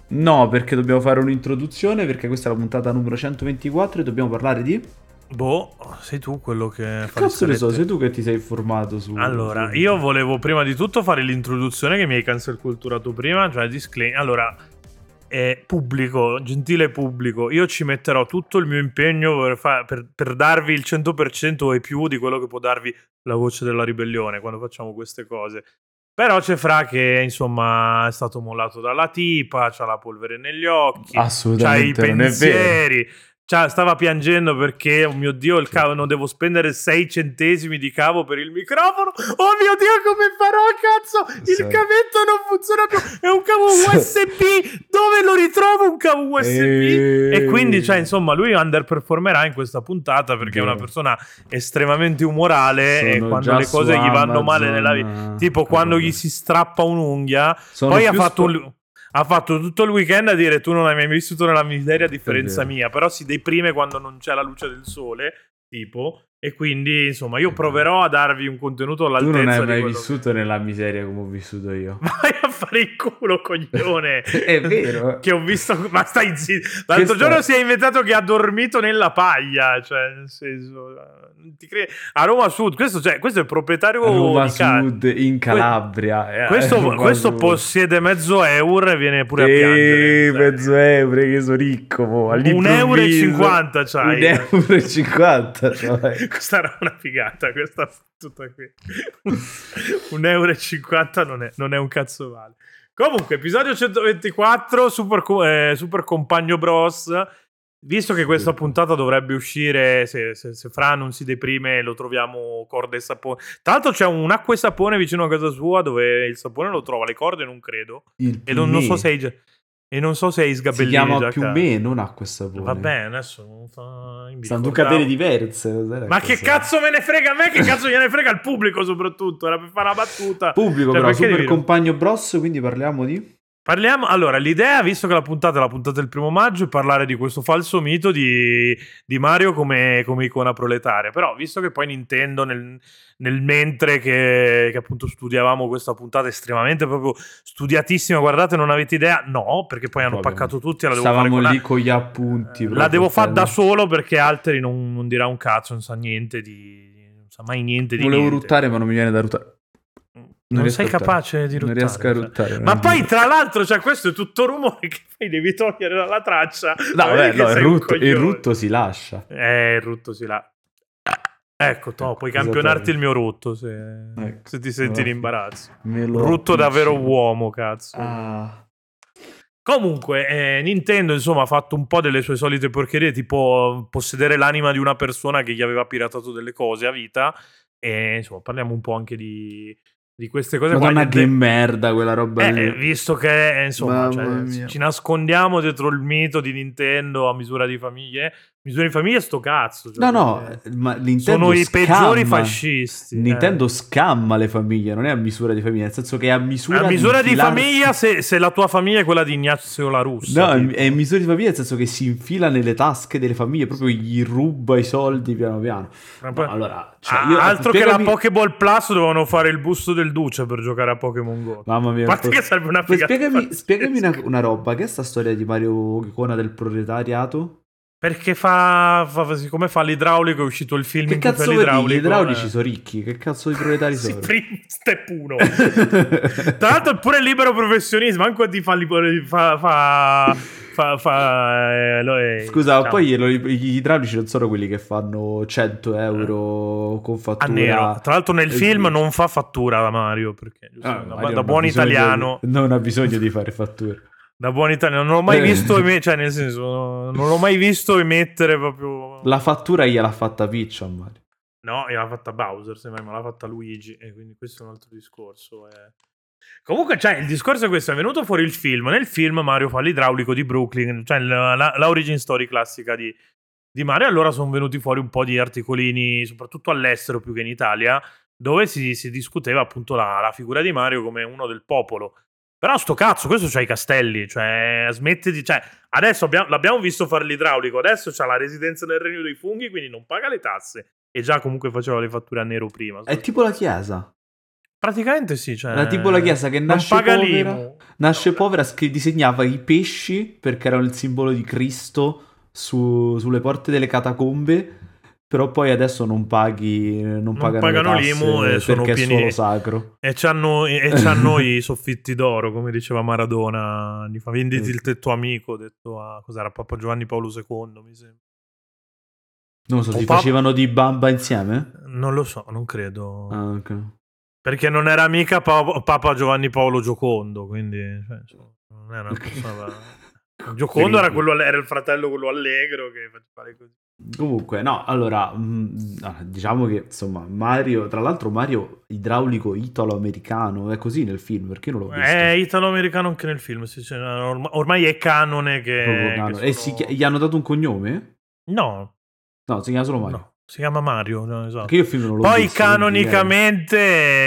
No, perché dobbiamo fare un'introduzione, perché questa è la puntata numero 124 e dobbiamo parlare di... Boh, sei tu quello che Che fa le cazzo ne so, scalette. sei tu che ti sei informato su... Allora, io volevo prima di tutto fare l'introduzione che mi hai cancel culturato prima, cioè disclaimer. Allora, pubblico, gentile pubblico, io ci metterò tutto il mio impegno per darvi il 100% e più di quello che può darvi la voce della ribellione quando facciamo queste cose. Però c'è Fra che, insomma, è stato mollato dalla tipa, c'ha la polvere negli occhi, c'ha i Assolutamente non è vero. pensieri, stava piangendo perché, oh mio Dio, il cavo, non devo spendere 6 centesimi di cavo per il microfono. Oh mio Dio, come farò, cazzo? Il Sì. cavetto non funziona più. È un cavo USB. Dove lo ritrovo un cavo USB? E quindi, cioè, insomma, lui underperformerà in questa puntata perché è una Vero. persona estremamente umorale e Sono quando già le su cose gli vanno male nella vita, Amazon tipo a quando gli guardare. si strappa un'unghia, Sono poi più ha fatto tutto il weekend a dire tu non hai mai vissuto nella miseria a È differenza vero. mia, però si deprime quando non c'è la luce del sole, tipo, e quindi insomma io È vero. proverò a darvi un contenuto Tu non all'altezza hai di mai quello vissuto nella miseria come ho vissuto io. Vai a fare il culo, coglione. È vero. Che ho visto. Ma stai zitto. L'altro Questa- giorno si è inventato che ha dormito nella paglia. Cioè, nel senso. Non ti credi? A Roma Sud. Questo è il proprietario Roma di casa. Sud in Calabria. Questo, Roma questo Sud. possiede mezzo euro e viene pure a Sì, piangere. mezzo euro, che sono ricco, mo, all'improvviso. 1,50 € c'hai. 1,50 €, cioè. Questa era una figata, questa tutta qui. 1,50 € non è un cazzo male. Comunque, episodio 124, Super Compagno Bros. Visto che questa puntata dovrebbe uscire, se Fra non si deprime, lo troviamo corde e sapone. Tra l'altro c'è un acqua e sapone vicino a casa sua dove il sapone lo trova, le corde non credo. Il E non so Piumè. se hai e non so se hai Si sgabellini chiama già a casa. Piumè, non acqua e sapone. Va bene, adesso non fa... Sono due catene diverse. Ma che cazzo me ne frega a me? Che cazzo gliene frega al pubblico soprattutto? Era per fare una battuta. Pubblico, Cioè, però, perché Super devi- Compagno Bros, quindi parliamo di... Parliamo, allora, l'idea, visto che la puntata è la puntata del 1° maggio, è parlare di questo falso mito di Mario come icona proletaria. Però, visto che poi Nintendo, nel mentre che appunto studiavamo questa puntata estremamente proprio studiatissima, guardate, non avete idea? No, perché poi hanno Proprio. paccato tutti e la devo Stavamo fare lì con gli appunti. la proprio, devo fare da bello. solo perché altri non dirà un cazzo, non sa niente non sa mai niente di Volevo niente. ruttare, ma non mi viene da ruttare. Non riesco sei a ruttare. capace di ruttare. Non riesco a ruttare. Ma poi, tra l'altro, cioè, questo è tutto rumore che poi devi togliere dalla traccia. No, Ma vedi che sei un il coglione. rutto si lascia. Il rutto si là. Ecco, puoi cosa campionarti togli? il mio rutto se ti senti in imbarazzo. Me lo Rutto davvero appiccico. uomo, cazzo. Ah. Comunque, Nintendo, insomma, ha fatto un po' delle sue solite porcherie, tipo possedere l'anima di una persona che gli aveva piratato delle cose a vita. E insomma, parliamo un po' anche di queste cose qua. Madonna, che merda quella roba lì. Visto che, insomma, Mamma mia. ci nascondiamo dietro il mito di Nintendo a misura di famiglie. Misura di famiglie sto cazzo. Cioè, No, ma Nintendo sono i peggiori scamma. fascisti. Nintendo scamma le famiglie, non è a misura di famiglia, nel senso che è a misura A misura di infilarsi- famiglia se la tua famiglia è quella di Ignazio La Russa. No, è a misura di famiglia nel senso che si infila nelle tasche delle famiglie, proprio gli ruba i soldi piano piano. No, allora, cioè, altro spiegami- che la Pokéball Plus dovevano fare il busto del Duce per giocare a Pokémon Go. Mamma mia. Guarda che sarebbe una figata. Spiegami una roba, che è sta storia di Mario Icona del proletariato? Perché siccome fa l'idraulico è uscito il film Che in cui fa cazzo vuoi dire? Gli l'idraulico. idraulici sono ricchi, che cazzo di proletari sono? Step 1. Tra l'altro è pure libero professionismo, anche ti fa Scusa, diciamo, poi gli idraulici non sono quelli che fanno 100 euro con a fattura nero. Tra l'altro nel film non fa fattura da Mario, perché Mario da non buon ha bisogno italiano non ha bisogno di fare fattura. da buon italiano non l'ho mai visto cioè nel senso non l'ho mai visto emettere proprio La fattura gliel'ha fatta Peach a Mario. no, gliel'ha fatta Bowser semmai, ma l'ha fatta Luigi e quindi questo è un altro discorso. Comunque, cioè, il discorso è questo: è venuto fuori il film. Nel film Mario fa l'idraulico di Brooklyn, cioè la origin story classica di Mario. Allora sono venuti fuori un po' di articolini, soprattutto all'estero più che in Italia, dove si discuteva appunto la figura di Mario come uno del popolo. Però sto cazzo, questo c'ha i castelli, cioè smetti cioè, adesso l'abbiamo visto fare l'idraulico, adesso c'ha la residenza nel regno dei funghi, quindi non paga le tasse. E già comunque faceva le fatture a nero prima. È tipo la chiesa. Praticamente sì, cioè... È tipo la chiesa che nasce non paga povera. l'IMU. Nasce povera, disegnava i pesci perché erano il simbolo di Cristo sulle porte delle catacombe. Però poi adesso non pagano le tasse l'IMU e sono perché pieni, è solo sacro. E c'hanno i soffitti d'oro, come diceva Maradona. Venditi il tuo amico, detto a cos'era Papa Giovanni Paolo II, mi sembra. Non so, si facevano di bamba insieme? Non lo so, non credo. Ah, ok. Perché non era mica Papa Giovanni Paolo Giocondo, quindi non era una persona. Giocondo era il fratello quello allegro che faceva così. Comunque, no, allora, diciamo che insomma Mario, tra l'altro Mario idraulico italo-americano, è così nel film, perché io non l'ho visto. È italo-americano anche nel film, ormai è canone che E gli hanno dato un cognome? No, si chiama solo Mario. No, si chiama Mario, no, esatto. Perché io il film non l'ho Poi visto. canonicamente,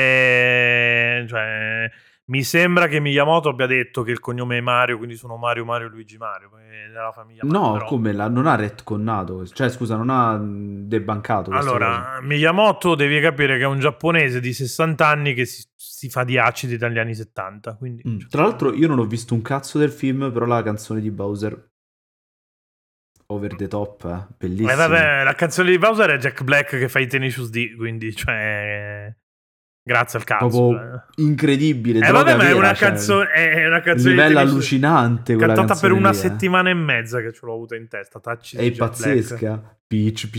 cioè, mi sembra che Miyamoto abbia detto che il cognome è Mario, quindi sono Mario, Luigi, Mario, della famiglia Mario. No, però... come? Non ha retconnato, cioè scusa, non ha debancato questa Allora, cosa. Miyamoto devi capire che è un giapponese di 60 anni che si fa di acidi dagli anni 70. Quindi, Tra l'altro io non ho visto un cazzo del film, però la canzone di Bowser over the top, bellissima. Vabbè, la canzone di Bowser è Jack Black che fa i Tenacious D, quindi cioè... Grazie al cazzo. Proprio incredibile. Vabbè, ma è una vera, canzone. È una canzone. Livello allucinante. Cantata per una settimana e mezza che ce l'ho avuta in testa. È pazzesca. Peach.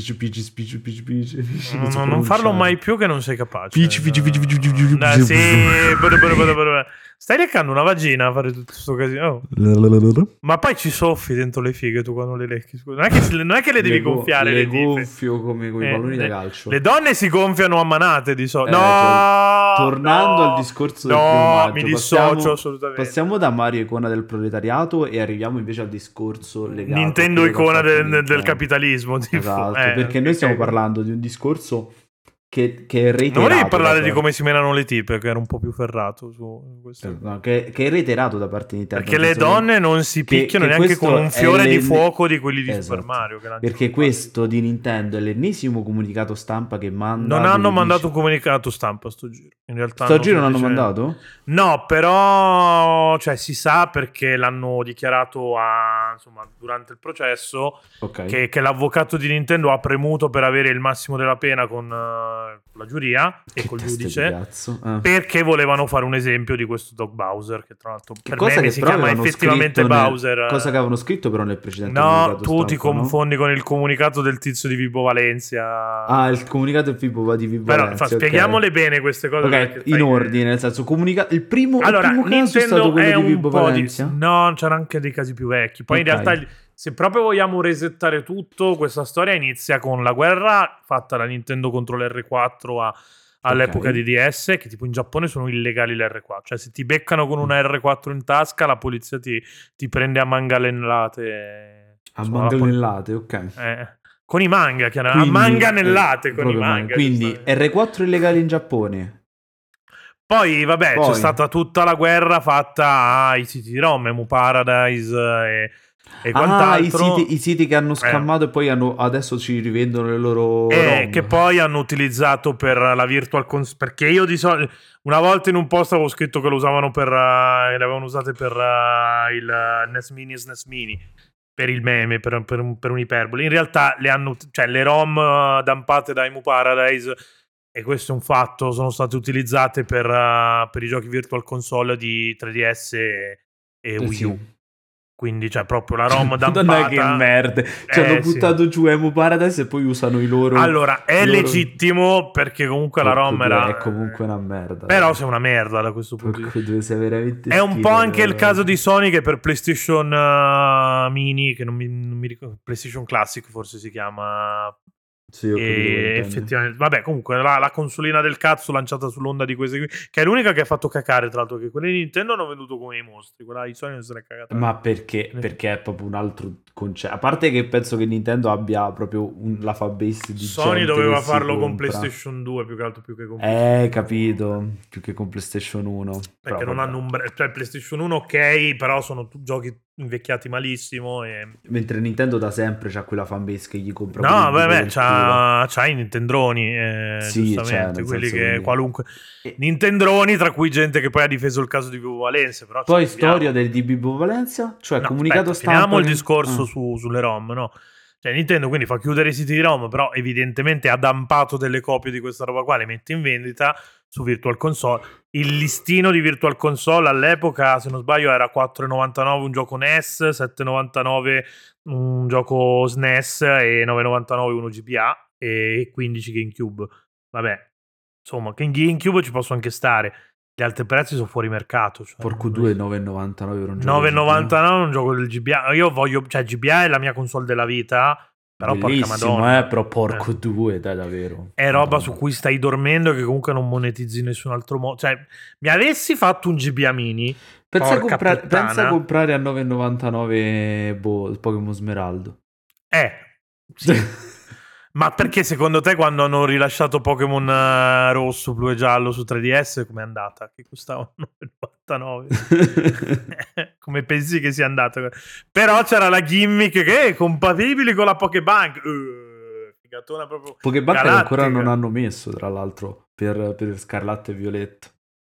Non farlo mai più che non sei capace. Peach. Stai leccando una vagina a fare tutto questo casino. Ma poi ci soffi dentro le fighe tu quando le lecchi. Non è che le devi gonfiare. Le gonfio come con i palloni da calcio. Le donne si gonfiano a manate di solito. Tornando al discorso del primo maggio, mi dissocio assolutamente. Passiamo da Mario icona del proletariato e arriviamo invece al discorso legato Nintendo icona del capitalismo. Esatto, perché noi stiamo parlando di un discorso che è reiterato. Non volevi parlare di come si menano le tipe, che era un po' più ferrato su questo. No, che è reiterato da parte di Nintendo. Perché le donne non si picchiano neanche con un fiore di fuoco di quelli di Super Mario. Perché questo di Nintendo è l'ennesimo comunicato stampa che manda. Non hanno mandato un comunicato stampa sto giro. In realtà sto giro non hanno mandato? No, però cioè, si sa perché l'hanno dichiarato durante il processo che l'avvocato di Nintendo ha premuto per avere il massimo della pena con la giuria e col giudice perché volevano fare un esempio di questo Dog Bowser che tra l'altro per me si chiama effettivamente Bowser. Cosa che avevano scritto però nel precedente comunicato tu ti confondi con il comunicato del tizio di Vibo Valencia. Il comunicato di Vibo Valencia. Però spieghiamole bene queste cose. In ordine, nel senso il primo caso Nintendo è stato quello di Vibo Valencia. No, c'erano anche dei casi più vecchi. Poi in realtà se proprio vogliamo resettare tutto, questa storia inizia con la guerra fatta da Nintendo contro l'R4 all'epoca di DS, che tipo in Giappone sono illegali l'R4. Cioè se ti beccano con una R4 in tasca, la polizia ti prende a manganellate. Ok. Con i manga, a manganellate con i manga. Quindi R4 illegali in Giappone. Poi, c'è stata tutta la guerra fatta ai siti di ROM, Emu Paradise e quant'altro. I siti che hanno scammato e poi adesso ci rivendono le loro ROM. Che poi hanno utilizzato per la Virtual Console. Perché io di solito, una volta in un post avevo scritto che lo usavano le avevano usate per il NES Mini e SNES Mini. Per il meme, per un'iperbole. In realtà le ROM dumpate da Emu Paradise, e questo è un fatto, sono state utilizzate per i giochi Virtual Console di 3DS e Wii U. Quindi proprio la ROM dumpata. Madonna che merda. Ci hanno buttato giù Emu Paradise e poi usano i loro. Allora, è legittimo perché comunque la ROM era. È comunque una merda. Però sei una merda da questo punto di vista. Veramente è un po' anche il caso di Sony che per PlayStation Mini, che non mi ricordo, PlayStation Classic forse si chiama. Sì, effettivamente, vabbè, comunque la consolina del cazzo lanciata sull'onda di queste qui, che è l'unica che ha fatto cacare, tra l'altro, che quelle di Nintendo hanno venduto come i mostri, quella di Sony non se l'è cagata. Ma perché? Perché è proprio un altro concetto. A parte che penso che Nintendo abbia proprio la fanbase di Sony doveva farlo con PlayStation 2 più che altro, più che con PlayStation capito, più che con PlayStation 1. perché non hanno cioè PlayStation 1 ok, però sono giochi invecchiati malissimo. Mentre Nintendo da sempre c'ha quella fanbase che gli compra. No, beh, c'ha i Nintendroni, sì, giustamente, quelli che qualunque Nintendroni, tra cui gente che poi ha difeso il caso di Vivo Valencia. Però poi storia del di Vivo Valencia, cioè comunicato stampa. Finiamo il discorso sulle ROM, no? Cioè Nintendo quindi fa chiudere i siti di ROM, però evidentemente ha dampato delle copie di questa roba qua, le mette in vendita su Virtual Console. Il listino di Virtual Console all'epoca, se non sbaglio, era 4,99 un gioco NES, 7,99 un gioco SNES e 9,99 uno GBA e 15 GameCube. Vabbè, insomma, che in GameCube ci posso anche stare. Gli altri prezzi sono fuori mercato. Cioè, porco 2, 9,99 per un gioco 9,99 un gioco del GBA. Io voglio, cioè GBA è la mia console della vita, però bellissimo, porca madonna. però porco 2, dai, davvero. È roba su cui stai dormendo che comunque non monetizzi in nessun altro modo. Cioè, mi avessi fatto un GBA mini, pensa a comprare a 9,99 il Pokémon Smeraldo. Sì. Ma perché secondo te quando hanno rilasciato Pokémon rosso, blu e giallo su 3DS com'è andata? Che costavano 9,99. Come pensi che sia andata? Però c'era la gimmick che è compatibile con la Pokébank. Figatona proprio. Pokébank ancora non hanno messo, tra l'altro, per Scarlatto e Violetto.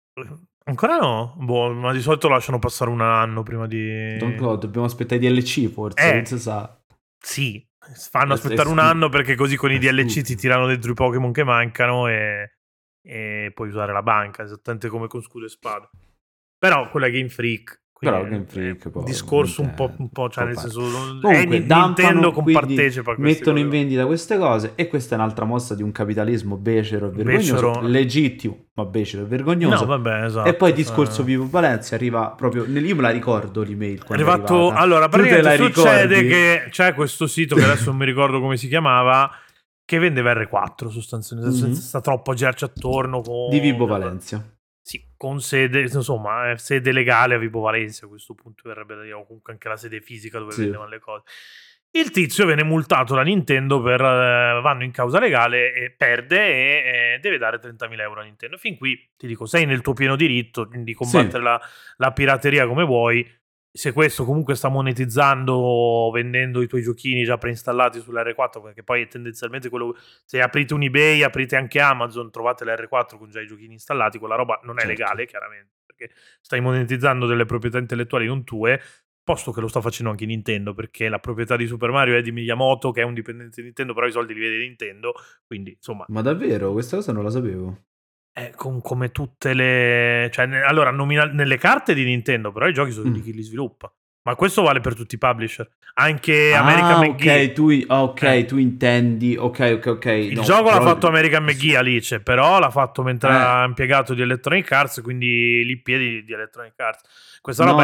Ancora no? Boh, ma di solito lasciano passare un anno prima di... dobbiamo aspettare i DLC forse, non si sa. Sì, fanno aspettare un anno perché così con i DLC ti tirano dentro i Pokémon che mancano e puoi usare la banca, esattamente come con Scudo e Spada. Però quella è Game Freak. Però Game Freak poi, discorso un po', cioè nel senso comunque Nintendo compartecipa a queste mettono in vendita queste cose e questa è un'altra mossa di un capitalismo becero e vergognoso, legittimo ma becero e vergognoso. No, vabbè, esatto, e poi discorso Vivo Valencia arriva proprio io me la ricordo l'email quando è arrivato. Allora praticamente succede che c'è questo sito che adesso non mi ricordo come si chiamava, che vendeva R4 sostanzialmente, senza sta troppo girarci attorno con... di Vibo Valencia. Sì, con sede, insomma, sede legale a Vibo Valencia a questo punto verrebbe da dire, o comunque anche la sede fisica dove vendevano le cose. Il tizio viene multato da Nintendo per vanno in causa legale e perde e deve dare 30.000 euro a Nintendo. Fin qui ti dico, sei nel tuo pieno diritto di combattere la pirateria come vuoi. Se questo comunque sta monetizzando vendendo i tuoi giochini già preinstallati sull'R4, perché poi tendenzialmente quello, se aprite un eBay, aprite anche Amazon, trovate l'R4 con già i giochini installati, quella roba non è legale chiaramente, perché stai monetizzando delle proprietà intellettuali non tue, posto che lo sta facendo anche Nintendo, perché la proprietà di Super Mario è di Miyamoto, che è un dipendente di Nintendo, però i soldi li vede Nintendo, quindi insomma... Ma davvero? Questa cosa non la sapevo. Come tutte le... Cioè, allora, nelle carte di Nintendo, però i giochi sono di chi li sviluppa. Ma questo vale per tutti i publisher. Anche American McGee. Tu intendi. Ok. Il gioco l'ha fatto American McGee, Alice, però l'ha fatto mentre era impiegato di Electronic Arts, quindi l'IP di Electronic Arts. Questa roba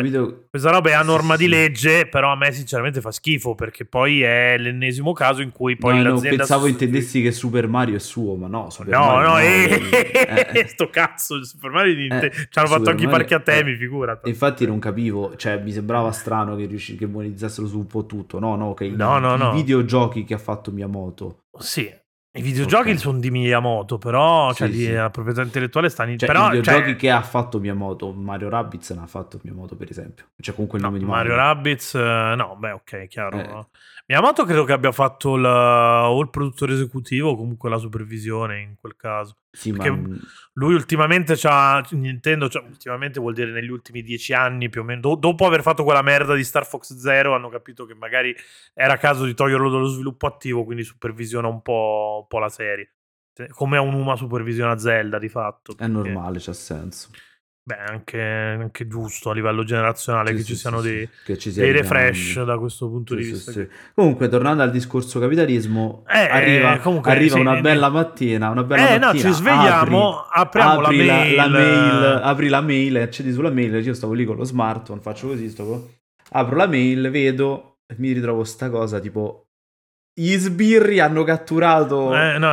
è a norma di legge, però a me sinceramente fa schifo, perché poi è l'ennesimo caso in cui poi l'azienda... Pensavo intendessi che Super Mario è suo, ma no. Sto cazzo, Super Mario di Nintendo. Ci hanno fatto anche i parchi a temi, figurati. Infatti non capivo, cioè mi sembrava strano che monetizzassero su un po' tutto. I videogiochi che ha fatto Miyamoto. Sì. I videogiochi sono di Miyamoto, però la proprietà intellettuale sta in... però, i videogiochi che ha fatto Miyamoto, Mario Rabbids ne ha fatto Miyamoto per esempio. Cioè comunque il nome di Mario Rabbids, ok, chiaro. Miyamoto credo che abbia fatto o il produttore esecutivo o comunque la supervisione in quel caso. Sì, perché lui ultimamente Nintendo, ultimamente vuol dire negli ultimi 10 anni più o meno, dopo aver fatto quella merda di Star Fox Zero, hanno capito che magari era caso di toglierlo dallo sviluppo attivo, quindi supervisiona un po' la serie. Come Aonuma supervisiona Zelda di fatto. È normale, c'ha senso. Beh, anche giusto a livello generazionale che ci siano dei refresh da questo punto di vista. Comunque, tornando al discorso capitalismo, arriva una bella mattina. Ci svegliamo, apriamo apri la mail, accedi sulla mail. Io stavo lì con lo smartphone, faccio così, apro la mail, vedo e mi ritrovo sta cosa tipo gli sbirri hanno catturato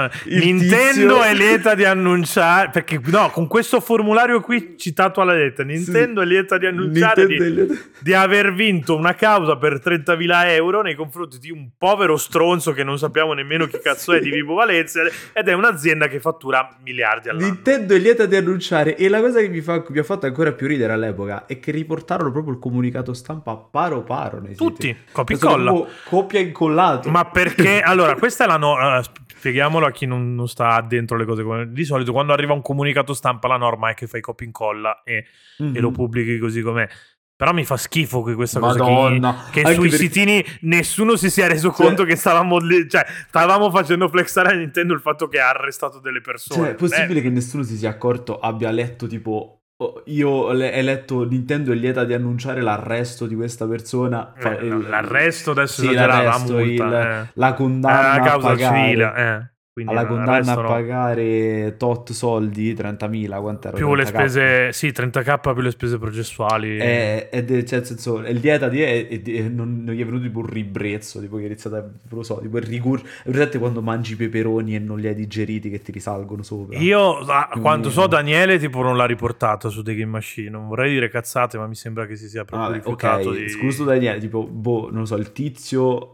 Nintendo è lieta di annunciare, perché no, con questo formulario qui citato alla lettera, Nintendo è lieta di annunciare di aver vinto una causa per 30.000 euro nei confronti di un povero stronzo che non sappiamo nemmeno chi cazzo è, di Vibo Valentia, ed è un'azienda che fattura miliardi all'anno. Nintendo è lieta di annunciare, e la cosa che mi ha fatto ancora più ridere all'epoca è che riportarono proprio il comunicato stampa paro nei tutti, siti. copia e incolla, copia e incollato. ma perché allora questa è la spieghiamolo a chi non sta dentro le cose. Di solito quando arriva un comunicato stampa la norma è che fai copia e incolla e lo pubblichi così com'è. Però mi fa schifo che questa Madonna. cosa che sui sitini nessuno si sia reso conto che stavamo facendo flexare a Nintendo il fatto che ha arrestato delle persone. Cioè, è possibile che nessuno si sia accorto, abbia letto tipo io ho letto Nintendo è lieta di annunciare l'arresto di questa persona. L'arresto adesso la multa, la condanna a causa a pagare, civile, alla condanna a pagare tot soldi, 30.000, quant'era? Più 30K. Le spese, sì, 30k più le spese processuali. Cioè, nel senso, è lieta di non gli è venuto tipo un ribrezzo, tipo che è iniziato lo so, tipo il rigore. Presente quando mangi i peperoni e non li hai digeriti che ti risalgono sopra? Io, quando so Daniele, tipo non l'ha riportato su The Game Machine, non vorrei dire cazzate, ma mi sembra che si sia proprio rifiutato di... Scuso Daniele, tipo, non lo so, il tizio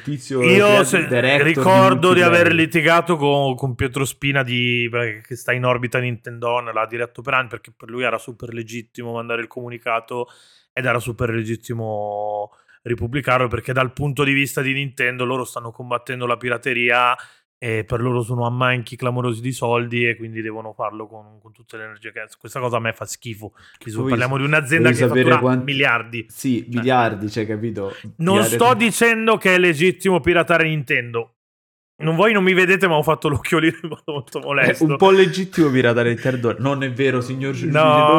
io ricordo di aver litigato con Pietro Spina che sta in orbita Nintendo, l'ha diretto per anni perché per lui era super legittimo mandare il comunicato ed era super legittimo ripubblicarlo, perché dal punto di vista di Nintendo loro stanno combattendo la pirateria e per loro sono ammanchi clamorosi di soldi e quindi devono farlo con tutte le energie. Questa cosa a me fa schifo. Parliamo di un'azienda che fattura miliardi. Sì, miliardi, cioè, capito? Non sto dicendo che è legittimo piratare Nintendo. Voi non mi vedete, ma ho fatto l'occhiolino in modo molto molesto. È un po' legittimo piratare Nintendo. Non è vero, signor Giugi.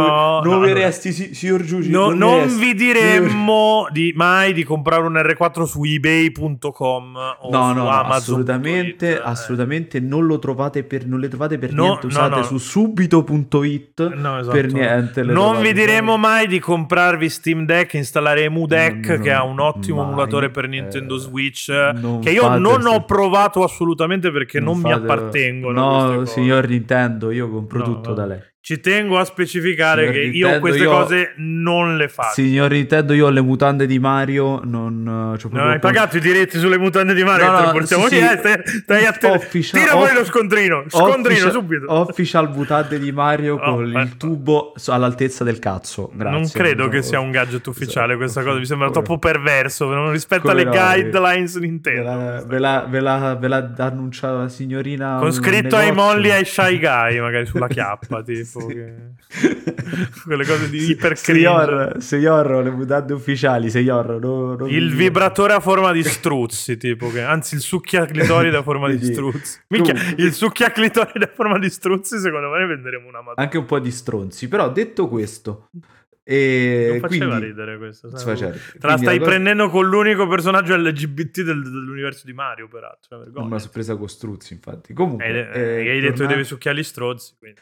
Signor Giugi. Non vi diremmo mai di comprare un R4 su ebay.com o su Amazon. Assolutamente non le trovate per niente. Usate su subito.it. Per niente. Non vi diremo mai di comprarvi Steam Deck e installare EmuDeck, che ha un ottimo emulatore per Nintendo Switch, che io non ho provato assolutamente perché non mi appartengono. No, signor Nintendo, io compro tutto da lei. Ci tengo a specificare che io queste cose non le faccio. Signor Nintendo, io ho le mutande di Mario. Non hai pagato i diritti sulle mutande di Mario? Te le portiamo via. Tira fuori lo scondrino. Subito. Official mutande di Mario con il tubo all'altezza del cazzo. Grazie. Non credo che sia un gadget ufficiale questa cosa. Mi sembra troppo perverso. Non rispetta le guidelines Nintendo. Ve l'ha annunciata la signorina. Con scritto ai Molly e ai Shy Guy, magari sulla chiappa. Tipo. Quelle cose di iper cringe. Signor, le mutande ufficiali, signor, il vibratore a forma di struzzi, tipo anzi il succhiaclitoride a forma di struzzi. Minchia, il succhiaclitoride a forma di struzzi, secondo me ne venderemo una madonna. Anche un po' di stronzi, però detto questo non faceva ridere questo, te la stai prendendo con l'unico personaggio LGBT dell'universo di Mario, peraltro. Una me la sono presa con struzzi, infatti. Comunque hai detto che devi succhiare gli strozzi, quindi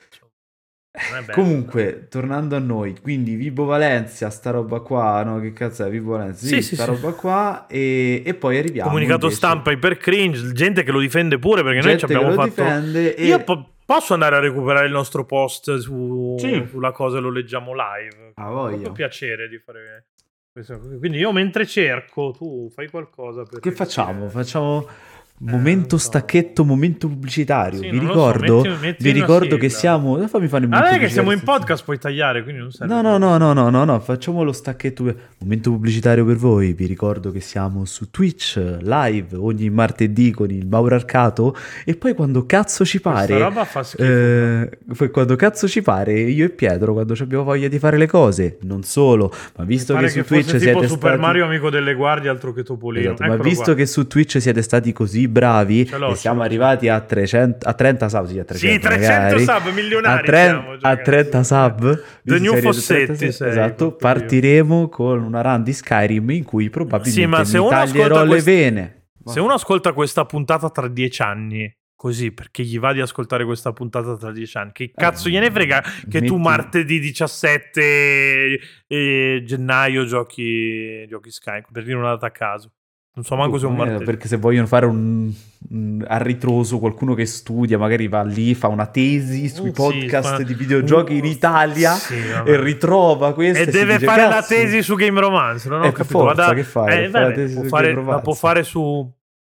comunque tornando a noi, quindi Vibo Valentia, sta roba qua, no? Che cazzo è Vibo Valentia? Sta roba qua e poi arriviamo comunicato invece. Stampa iper cringe, gente che lo difende pure, perché noi ci abbiamo fatto io posso andare a recuperare il nostro post sulla cosa e lo leggiamo live. Ho piacere di fare questo. Quindi io mentre cerco, tu fai qualcosa per che facciamo momento stacchetto, momento pubblicitario. Vi ricordo che siamo. Fammi fare il momento che siamo in podcast, puoi tagliare, quindi non serve. No, facciamo lo stacchetto. Momento pubblicitario per voi. Vi ricordo che siamo su Twitch live ogni martedì con il Mauro Arcato. E poi quando cazzo ci pare. Questa roba fa schifo. Quando cazzo ci pare, io e Pietro, quando abbiamo voglia di fare le cose. Non solo, ma visto che su Twitch siete tipo Super Mario amico delle guardie, altro che Topolino. Esatto, ma visto che su Twitch siete stati così bravi e siamo arrivati a 30 sub, sì, 300 sub milionari a 30 sub The New Fossetti, esatto, partiremo con una run di Skyrim in cui probabilmente mi taglierò le vene. Se uno ascolta questa puntata tra 10 anni così, perché gli va di ascoltare questa puntata tra 10 anni, che cazzo gliene frega che tu martedì 17 gennaio giochi Skyrim, per dire una data a caso. Non so manco se è un martello. Perché se vogliono fare a ritroso, qualcuno che studia magari va lì, fa una tesi sui podcast di videogiochi in Italia e ritrova questo. E deve dice, fare la tesi su Game Romance. Non ho capito. Forza, che fai? La può fare su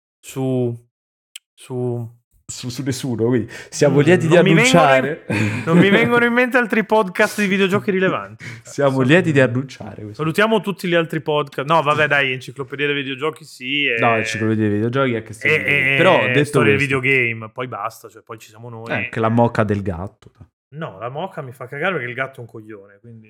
nessuno, quindi siamo lieti di annunciare. Non mi vengono in mente altri podcast di videogiochi rilevanti. Siamo lieti di annunciare questo. Salutiamo tutti gli altri podcast. No, vabbè, dai, Enciclopedia dei videogiochi sì. No, Enciclopedia dei videogiochi è che però detto storia dei videogame, poi basta, cioè poi ci siamo noi. Anche la mocca del gatto. No, la mocca mi fa cagare perché il gatto è un coglione, quindi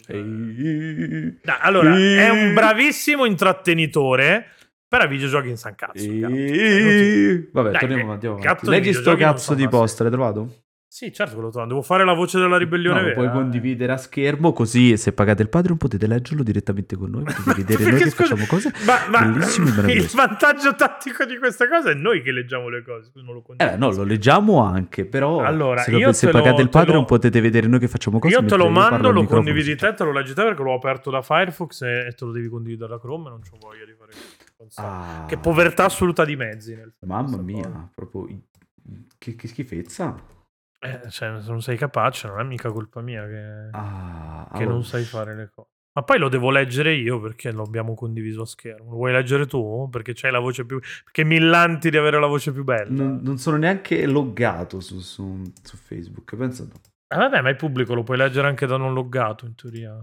allora, è un bravissimo intrattenitore. Per i videogiochi in San Cazzo. Vabbè, torniamo avanti. Leggi sto cazzo di post, l'hai trovato? Sì, certo che lo trovo. Devo fare la voce della ribellione vera. Puoi condividere a schermo, così se pagate il Patreon potete leggerlo direttamente con noi, potete vedere noi che facciamo cose bellissime e meravigliose. Il vantaggio tattico di questa cosa è noi che leggiamo le cose, non lo no, lo leggiamo anche, però allora, se pagate il Patreon potete vedere noi che facciamo cose. Io te lo mando, lo condividi te lo leggi te perché l'ho aperto da Firefox e te lo devi condividere da Chrome, non c'ho voglia di fare che povertà assoluta di mezzi. Mamma mia, proprio che schifezza. Cioè, se non sei capace, non è mica colpa mia che non sai fare le cose. Ma poi lo devo leggere io perché lo abbiamo condiviso a schermo. Lo vuoi leggere tu? Perché c'hai la voce più. Perché millanti di avere la voce più bella. Non sono neanche loggato su Facebook. Penso no. Vabbè, ma è pubblico, lo puoi leggere anche da non loggato, in teoria.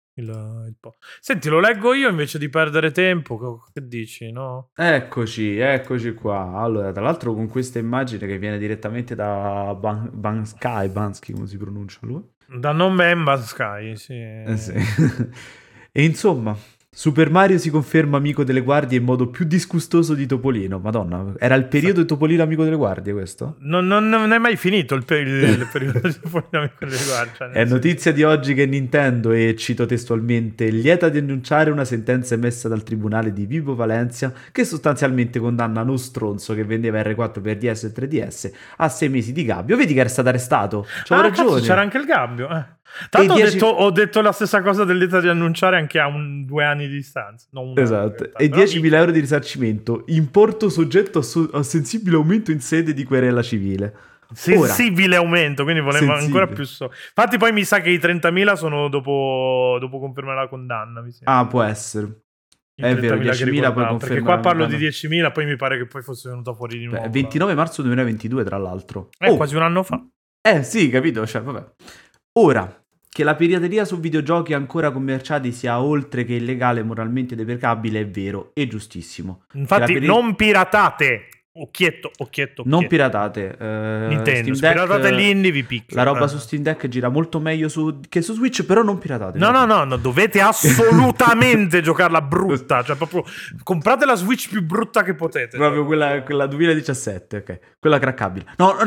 Senti, lo leggo io invece di perdere tempo. Che dici, no? Eccoci qua. Allora, tra l'altro con questa immagine che viene direttamente da Bansky, come si pronuncia lui? Da non Bansky, sì. Sì. E insomma, Super Mario si conferma amico delle guardie in modo più disgustoso di Topolino. Madonna, era il periodo di Topolino amico delle guardie questo? Non è mai finito il periodo di Topolino amico delle guardie. È notizia di oggi che Nintendo, e cito testualmente, lieta di annunciare una sentenza emessa dal tribunale di Vibo Valencia che sostanzialmente condanna uno stronzo che vendeva R4 per DS e 3DS a 6 mesi di gabbio. Vedi che era stato arrestato. C'ho ragione. Cazzo, c'era anche il gabbio. Tanto ho detto la stessa cosa dell'età di annunciare anche a 2 anni di distanza. Esatto. E 10.000 euro di risarcimento, importo soggetto a sensibile aumento in sede di querela civile. Sensibile aumento, quindi voleva ancora più Infatti poi mi sa che i 30.000 sono dopo confermare la condanna. Mi sembra. Può essere. È vero, 10.000 poi confermare. Perché qua parlo di 10.000, poi mi pare che poi fosse venuta fuori di nuovo. 29 marzo 2022, tra l'altro. Quasi un anno fa. Sì, capito, cioè, vabbè. Ora, che la pirateria su videogiochi ancora commerciati sia oltre che illegale e moralmente deprecabile è vero e giustissimo. Infatti non piratate, occhietto. Non piratate. Nintendo, piratate l'indie vi picchia. La roba su Steam Deck gira molto meglio che su Switch, però non piratate. No, dovete assolutamente giocarla brutta, cioè proprio comprate la Switch più brutta che potete. Proprio quella 2017, ok. Quella craccabile. No.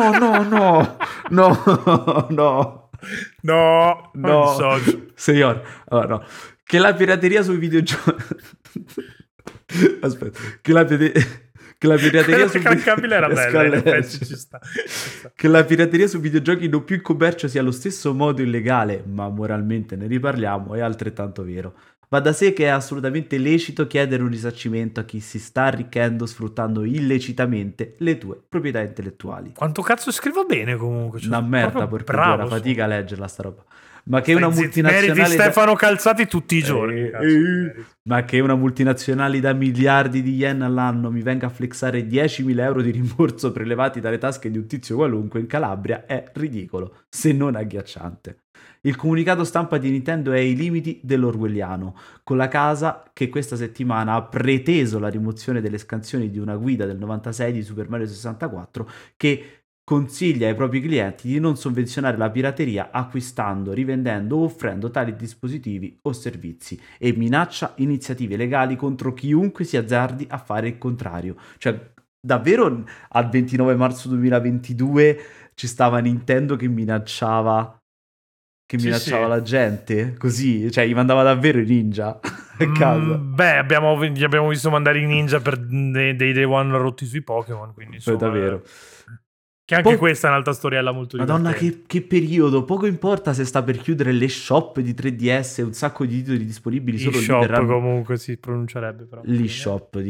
Signor, allora, no. Che la pirateria sui videogiochi aspetta, che la pirateria su craccabile era bella, ci sta. Che la pirateria su videogiochi non più in commercio sia allo stesso modo illegale, ma moralmente ne riparliamo, è altrettanto vero. Va da sé che è assolutamente lecito chiedere un risarcimento a chi si sta arricchendo sfruttando illecitamente le tue proprietà intellettuali. Quanto cazzo scrivo bene comunque? Una merda, perché una fatica a leggerla sta roba. Ma che una multinazionale meriti Stefano Calzati tutti i giorni. Ma che una multinazionale da miliardi di yen all'anno mi venga a flexare 10.000 euro di rimborso prelevati dalle tasche di un tizio qualunque in Calabria è ridicolo, se non agghiacciante. Il comunicato stampa di Nintendo è ai limiti dell'orwelliano, con la casa che questa settimana ha preteso la rimozione delle scansioni di una guida del 96 di Super Mario 64 che consiglia ai propri clienti di non sovvenzionare la pirateria acquistando, rivendendo o offrendo tali dispositivi o servizi e minaccia iniziative legali contro chiunque si azzardi a fare il contrario. Cioè, davvero al 29 marzo 2022 ci stava Nintendo che minacciava la gente così, cioè gli mandava davvero i ninja a casa. Gli abbiamo visto mandare i ninja per dei Day One rotti sui Pokémon, quindi insomma, davvero. Che anche questa è un'altra storiella molto Madonna, divertente. che periodo. Poco importa se sta per chiudere le shop di 3DS, un sacco di titoli disponibili solo lì eShop comunque si pronuncerebbe però. l'eShop,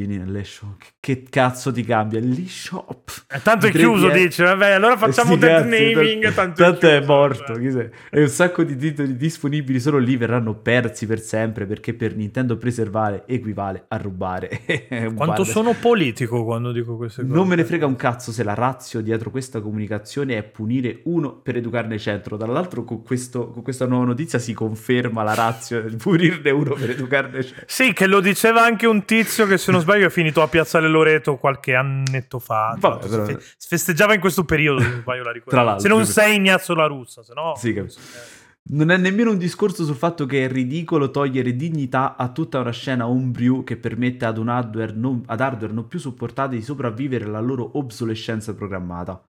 che cazzo ti cambia? L'eShop. Tanto è chiuso, dice. Vabbè, allora facciamo dead naming. Tanto è morto. E un sacco di titoli disponibili solo lì verranno persi per sempre, perché per Nintendo preservare equivale a rubare. Quanto sono politico quando dico queste cose. Non me ne frega un cazzo se la ratio dietro questa comunicazione è punire uno per educarne 100. Dall'altro con questa nuova notizia si conferma la ratio di punirne uno per educarne 100. Sì, che lo diceva anche un tizio che, se non sbaglio, è finito a Piazzale Loreto qualche annetto fa. Vabbè, però... festeggiava in questo periodo, se non sbaglio, la ricordo. Tra l'altro, se non sei Ignazio La Russa, se no... Sì, non è nemmeno un discorso sul fatto che è ridicolo togliere dignità a tutta una scena homebrew che permette ad hardware non più supportati di sopravvivere alla loro obsolescenza programmata.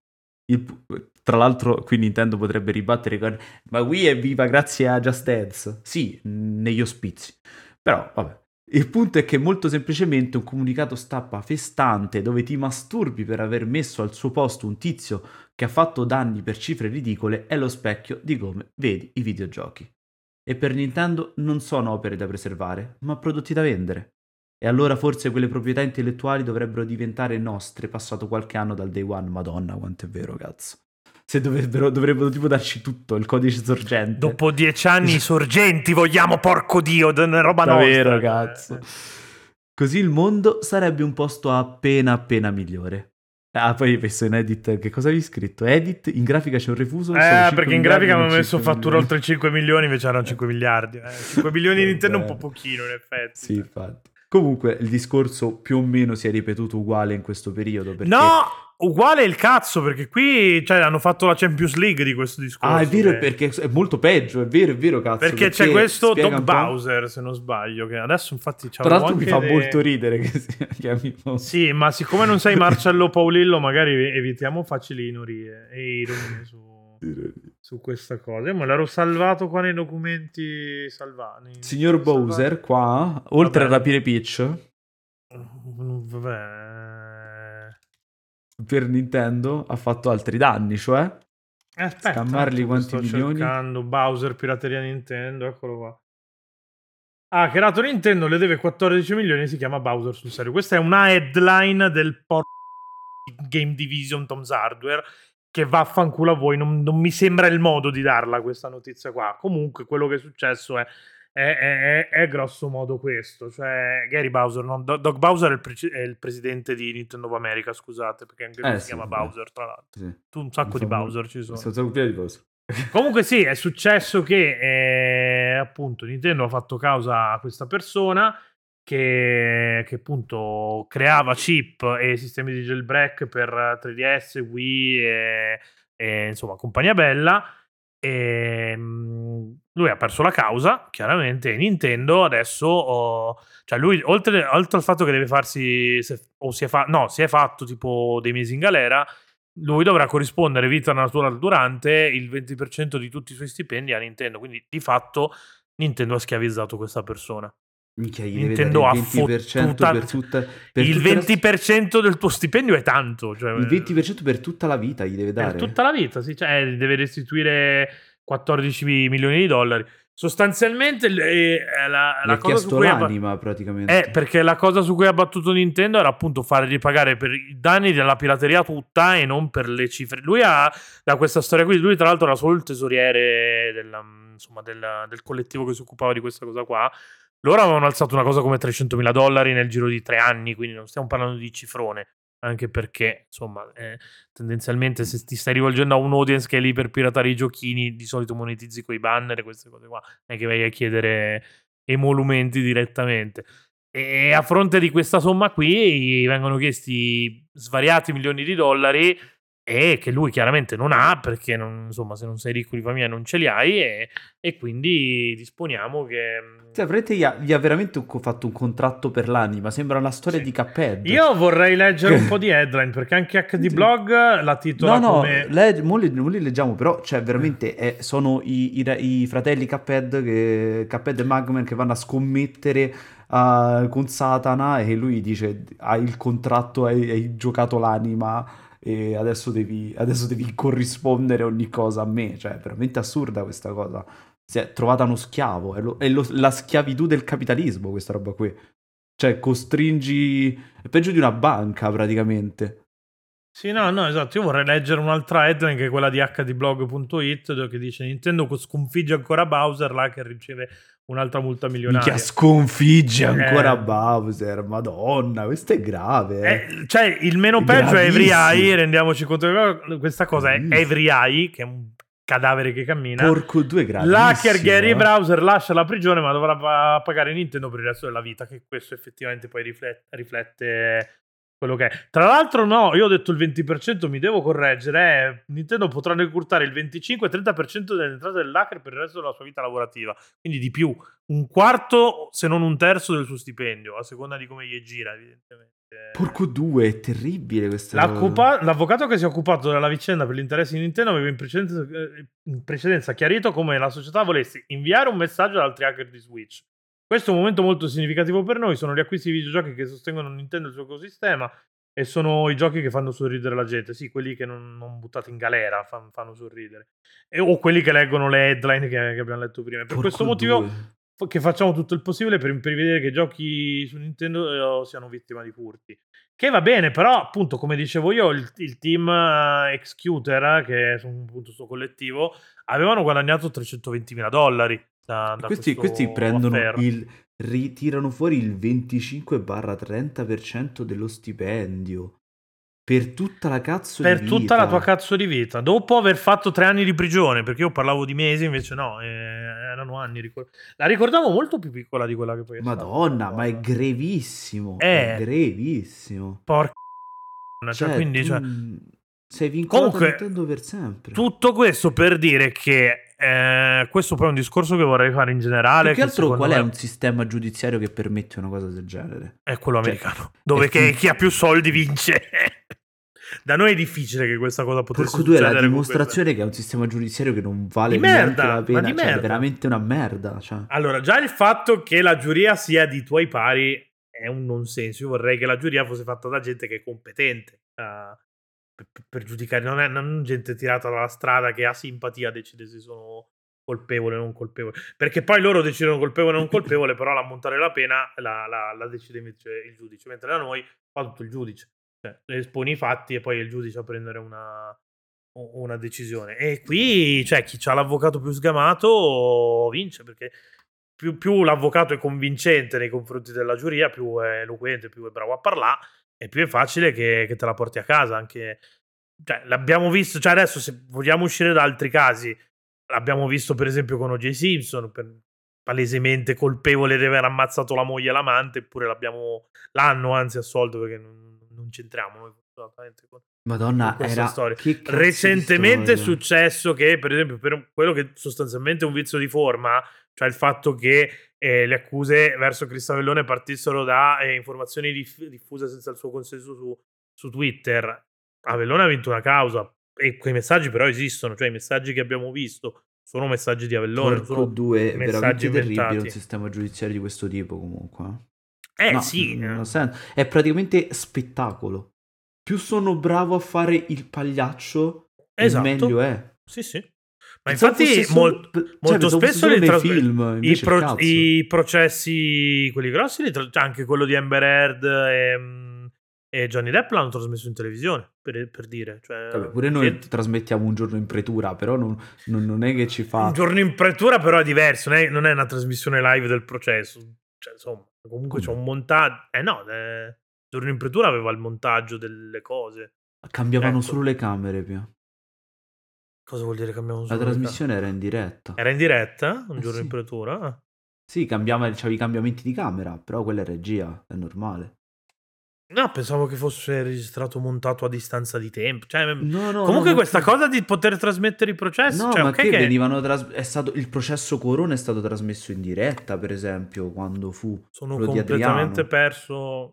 Tra l'altro qui Nintendo potrebbe ribattere con ma Wii è viva grazie a Just Dance. Sì, negli ospizi. Però, vabbè. Il punto è che molto semplicemente un comunicato stampa festante dove ti masturbi per aver messo al suo posto un tizio che ha fatto danni per cifre ridicole è lo specchio di come vedi i videogiochi. E per Nintendo non sono opere da preservare, ma prodotti da vendere. E allora forse quelle proprietà intellettuali dovrebbero diventare nostre passato qualche anno dal day one. Madonna, quanto è vero, cazzo. Se dovrebbero tipo darci tutto, il codice sorgente. Dopo 10 anni i sorgenti vogliamo, porco dio, roba nostra. Davvero, cazzo. Così il mondo sarebbe un posto appena migliore. Ah, poi hai messo in edit, che cosa avevi scritto? Edit, in grafica c'è un refuso? Perché in grafica avevano messo fattura oltre 5 milioni, invece erano 5 miliardi. 5 milioni di Nintendo è un po' pochino, in effetti. Sì, infatti. Comunque il discorso più o meno si è ripetuto uguale in questo periodo. Perché... No, uguale il cazzo, perché qui hanno fatto la Champions League di questo discorso. Ah, è vero, perché è molto peggio, è vero, cazzo. Perché c'è questo Doc Bowser, se non sbaglio, che adesso infatti c'ha. Tra l'altro mi fa molto ridere che si chiami. Sì, ma siccome non sei Marcello Paolillo, magari evitiamo facili ironie su questa cosa. Io me l'ero salvato qua nei documenti salvati. Signor Bowser, qua, oltre a rapire Peach, per Nintendo ha fatto altri danni, cioè scammarli quanti milioni? Cercando Bowser pirateria Nintendo, eccolo qua. Ha creato Nintendo, le deve 14 milioni, si chiama Bowser sul serio. Questa è una headline del Game Division Tom's Hardware, che vaffanculo a voi, non mi sembra il modo di darla questa notizia qua. Comunque quello che è successo è grosso modo questo, cioè Gary Bowser, no? Doc Bowser è il presidente di Nintendo of America, scusate, perché anche lui si chiama Bowser, tra l'altro. Sì. Tu un sacco di Bowser ci sono. Di Bowser. Comunque sì, è successo che appunto Nintendo ha fatto causa a questa persona che appunto creava chip e sistemi di jailbreak per 3DS, Wii e insomma compagnia bella. E lui ha perso la causa, chiaramente, e Nintendo adesso cioè lui oltre al fatto che deve farsi si è fatto tipo dei mesi in galera, lui dovrà corrispondere vita natural durante il 20% di tutti i suoi stipendi a Nintendo, quindi di fatto Nintendo ha schiavizzato questa persona. Minchia, Nintendo ha fottuta il 20% del tuo stipendio è tanto, cioè, il 20% per tutta la vita gli deve dare. Per tutta la vita, sì, cioè deve restituire 14 milioni di dollari. Sostanzialmente la cosa su cui l'anima praticamente. Perché la cosa su cui ha battuto Nintendo era appunto fare ripagare per i danni della pirateria tutta e non per le cifre. Lui ha da questa storia qui, lui tra l'altro era solo il tesoriere del collettivo che si occupava di questa cosa qua. Loro avevano alzato una cosa come $300.000 nel giro di 3 anni, quindi non stiamo parlando di cifrone, anche perché insomma tendenzialmente se ti stai rivolgendo a un audience che è lì per piratare i giochini, di solito monetizzi quei banner e queste cose qua, non è che vai a chiedere emolumenti direttamente. E a fronte di questa somma qui vengono chiesti svariati milioni di dollari e che lui chiaramente non ha, perché insomma se non sei ricco di famiglia non ce li hai, e quindi disponiamo che veramente gli ha veramente fatto un contratto per l'anima. Sembra una storia di Cuphead. Io vorrei leggere un po' di headline, perché anche HD Blog la titola come... mo li leggiamo, però cioè veramente sono i fratelli Cuphead, Cuphead e Magman, che vanno a scommettere con Satana, e lui dice hai il contratto, hai giocato l'anima e adesso devi corrispondere ogni cosa a me. Cioè, è veramente assurda questa cosa. Si è trovata uno schiavo, la schiavitù del capitalismo, questa roba qui. Cioè, costringi... È peggio di una banca, praticamente. Sì, no, no, esatto. Io vorrei leggere un'altra headline che è quella di hdblog.it che dice Nintendo sconfigge ancora Bowser là che riceve un'altra multa Minchia, milionaria. sconfigge ancora Bowser, madonna, questo è grave. Cioè, il meno È peggio è Every gravissimo. Eye, rendiamoci conto che questa cosa è Gravissimo. Every Eye, che è un cadavere che cammina. Porco due, gravissimo. L'hacker Gary Browser lascia la prigione ma dovrà pagare Nintendo per il resto della vita, che questo effettivamente poi riflette quello che è. Tra l'altro no, io ho detto il 20%, mi devo correggere, Nintendo potrà reclutare il 25-30% delle entrate dell'hacker per il resto della sua vita lavorativa, quindi di più, un quarto se non un terzo del suo stipendio, a seconda di come gli gira evidentemente. Porco due, è terribile questa cosa. L'avvocato che si è occupato della vicenda per gli interessi di Nintendo aveva in precedenza chiarito come la società volesse inviare un messaggio ad altri hacker di Switch. Questo è un momento molto significativo per noi, sono gli acquisti di videogiochi che sostengono Nintendo e il suo ecosistema e sono i giochi che fanno sorridere la gente, sì, quelli che non buttate in galera fanno sorridere, o quelli che leggono le headline che abbiamo letto prima. Per questo motivo che facciamo tutto il possibile per impedire che i giochi su Nintendo siano vittima di furti. Che va bene, però appunto come dicevo io il team Executor, che è appunto questo collettivo, avevano guadagnato $320,000 da Questi prendono affair. ritirano fuori il 25-30% dello stipendio per tutta la cazzo di Per vita. tutta la tua cazzo di vita, dopo aver fatto 3 anni di prigione, perché io parlavo di mesi, invece no, erano anni. La ricordavo molto più piccola di quella che poi è stata. Madonna, ma è grevissimo. È grevissimo. Porca. Cioè, quindi, sei vincolato a comunque, Nintendo per sempre. Tutto questo per dire che questo poi è un discorso che vorrei fare in generale. Più che altro, qual è un sistema giudiziario che permette una cosa del genere? È quello americano, dove chi ha più soldi vince. Da noi è difficile che questa cosa potesse succedere. Porco due, la dimostrazione che è un sistema giudiziario che non vale di neanche merda, la pena, ma di cioè merda. è veramente una merda. Cioè. Allora, già il fatto che la giuria sia di tuoi pari è un non senso. Io vorrei che la giuria fosse fatta da gente che è competente per giudicare, non gente tirata dalla strada che ha simpatia decide se sono colpevole o non colpevole, perché poi loro decidono colpevole o non colpevole, però l'ammontare la pena la decide invece il giudice, mentre da noi fa tutto il giudice, cioè esponi i fatti e poi è il giudice a prendere una decisione. E qui, cioè, chi ha l'avvocato più sgamato vince, perché più l'avvocato è convincente nei confronti della giuria, più è eloquente, più è bravo a parlare, e più è facile che te la porti a casa. Anche, cioè, l'abbiamo visto, cioè adesso se vogliamo uscire da altri casi, l'abbiamo visto per esempio con O.J. Simpson, palesemente colpevole di aver ammazzato la moglie e l'amante, eppure l'hanno anzi assolto, perché non c'entriamo noi fortunatamente con Madonna, questa storia. Che cazzo Recentemente è di storia. successo che, per esempio, per quello che sostanzialmente è un vizio di forma, cioè il fatto che le accuse verso Cristavellone partissero da informazioni diffuse senza il suo consenso su Twitter, Avellone ha vinto una causa e quei messaggi però esistono, cioè i messaggi che abbiamo visto sono messaggi di Avellone, non Porco sono due, è messaggi veramente terribile un inventati. sistema giudiziario di questo tipo comunque. No, sì. sì. È praticamente spettacolo. Più sono bravo a fare il pagliaccio, esatto. meglio è. Sì, sì. Ma infatti molto spesso film, i processi, quelli grossi, anche quello di Amber Heard e Johnny Depp l'hanno trasmesso in televisione, per dire. Cioè, vabbè, pure noi trasmettiamo Un giorno in pretura, però non è che ci fa... Un giorno in pretura però è diverso, non è una trasmissione live del processo. Cioè, insomma, comunque c'è un montaggio. Giorno in pretura aveva il montaggio delle cose. Cambiavano solo le camere, Pia. Cosa vuol dire cambiamo solo la trasmissione era in diretta. Era in diretta? Un giorno sì. In pretura? Sì, c'avevi i cambiamenti di camera, però quella è regia, è normale. No, pensavo che fosse registrato montato a distanza di tempo. Cioè, comunque questa cosa di poter trasmettere i processi. No, cioè, ma che venivano il processo Corona è stato trasmesso in diretta, per esempio, quando fu Sono completamente perso.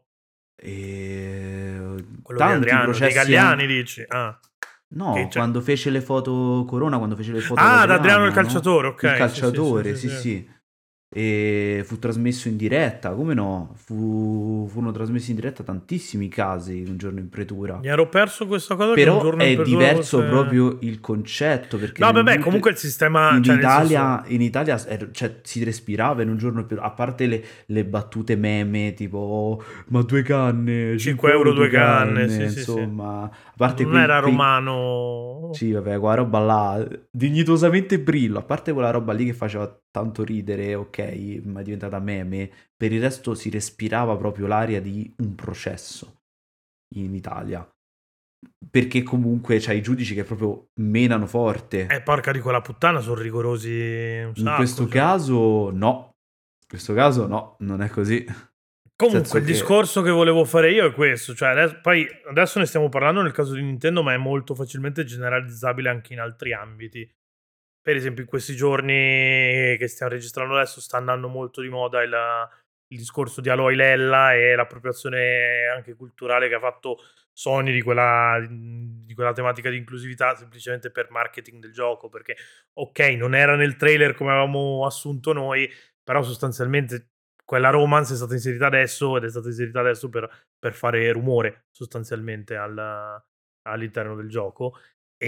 Quello di Adriano, dei Galliani, dici? No, quando fece le foto Corona, quando fece le foto Adriano il calciatore, ok. Il calciatore, sì. e fu trasmesso in diretta, come no? Furono trasmessi in diretta tantissimi casi Un giorno in pretura. Mi ero perso questa cosa che Un Però giorno in è pretura diverso fosse... proprio il concetto, perché No, vabbè, comunque il sistema... in cioè, nel Italia, senso... cioè, si respirava in Un giorno in pretura, a parte le battute meme tipo "Oh, ma 2 canne, 5 5 euro euro 2 due canne, sì, canne", sì, sì. insomma, a parte Non era quei romano... sì, vabbè, quella roba là, dignitosamente Brillo, a parte quella roba lì che faceva tanto ridere, ok, ma è diventata meme, per il resto si respirava proprio l'aria di un processo in Italia, perché comunque c'hai i giudici che proprio menano forte. Porca di quella puttana, sono rigorosi un In sacco, questo cioè. caso no, in questo caso no, non è così. Nel Comunque, senso il che discorso che volevo fare io è questo, cioè adesso ne stiamo parlando nel caso di Nintendo, ma è molto facilmente generalizzabile anche in altri ambiti. Per esempio, in questi giorni che stiamo registrando adesso sta andando molto di moda il discorso di Aloy Lella e l'appropriazione anche culturale che ha fatto Sony di quella tematica di inclusività semplicemente per marketing del gioco, perché ok, non era nel trailer come avevamo assunto noi, però sostanzialmente quella romance è stata inserita adesso ed è stata inserita adesso per fare rumore sostanzialmente all'interno del gioco.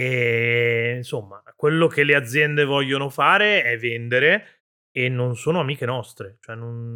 E insomma, quello che le aziende vogliono fare è vendere e non sono amiche nostre. Cioè,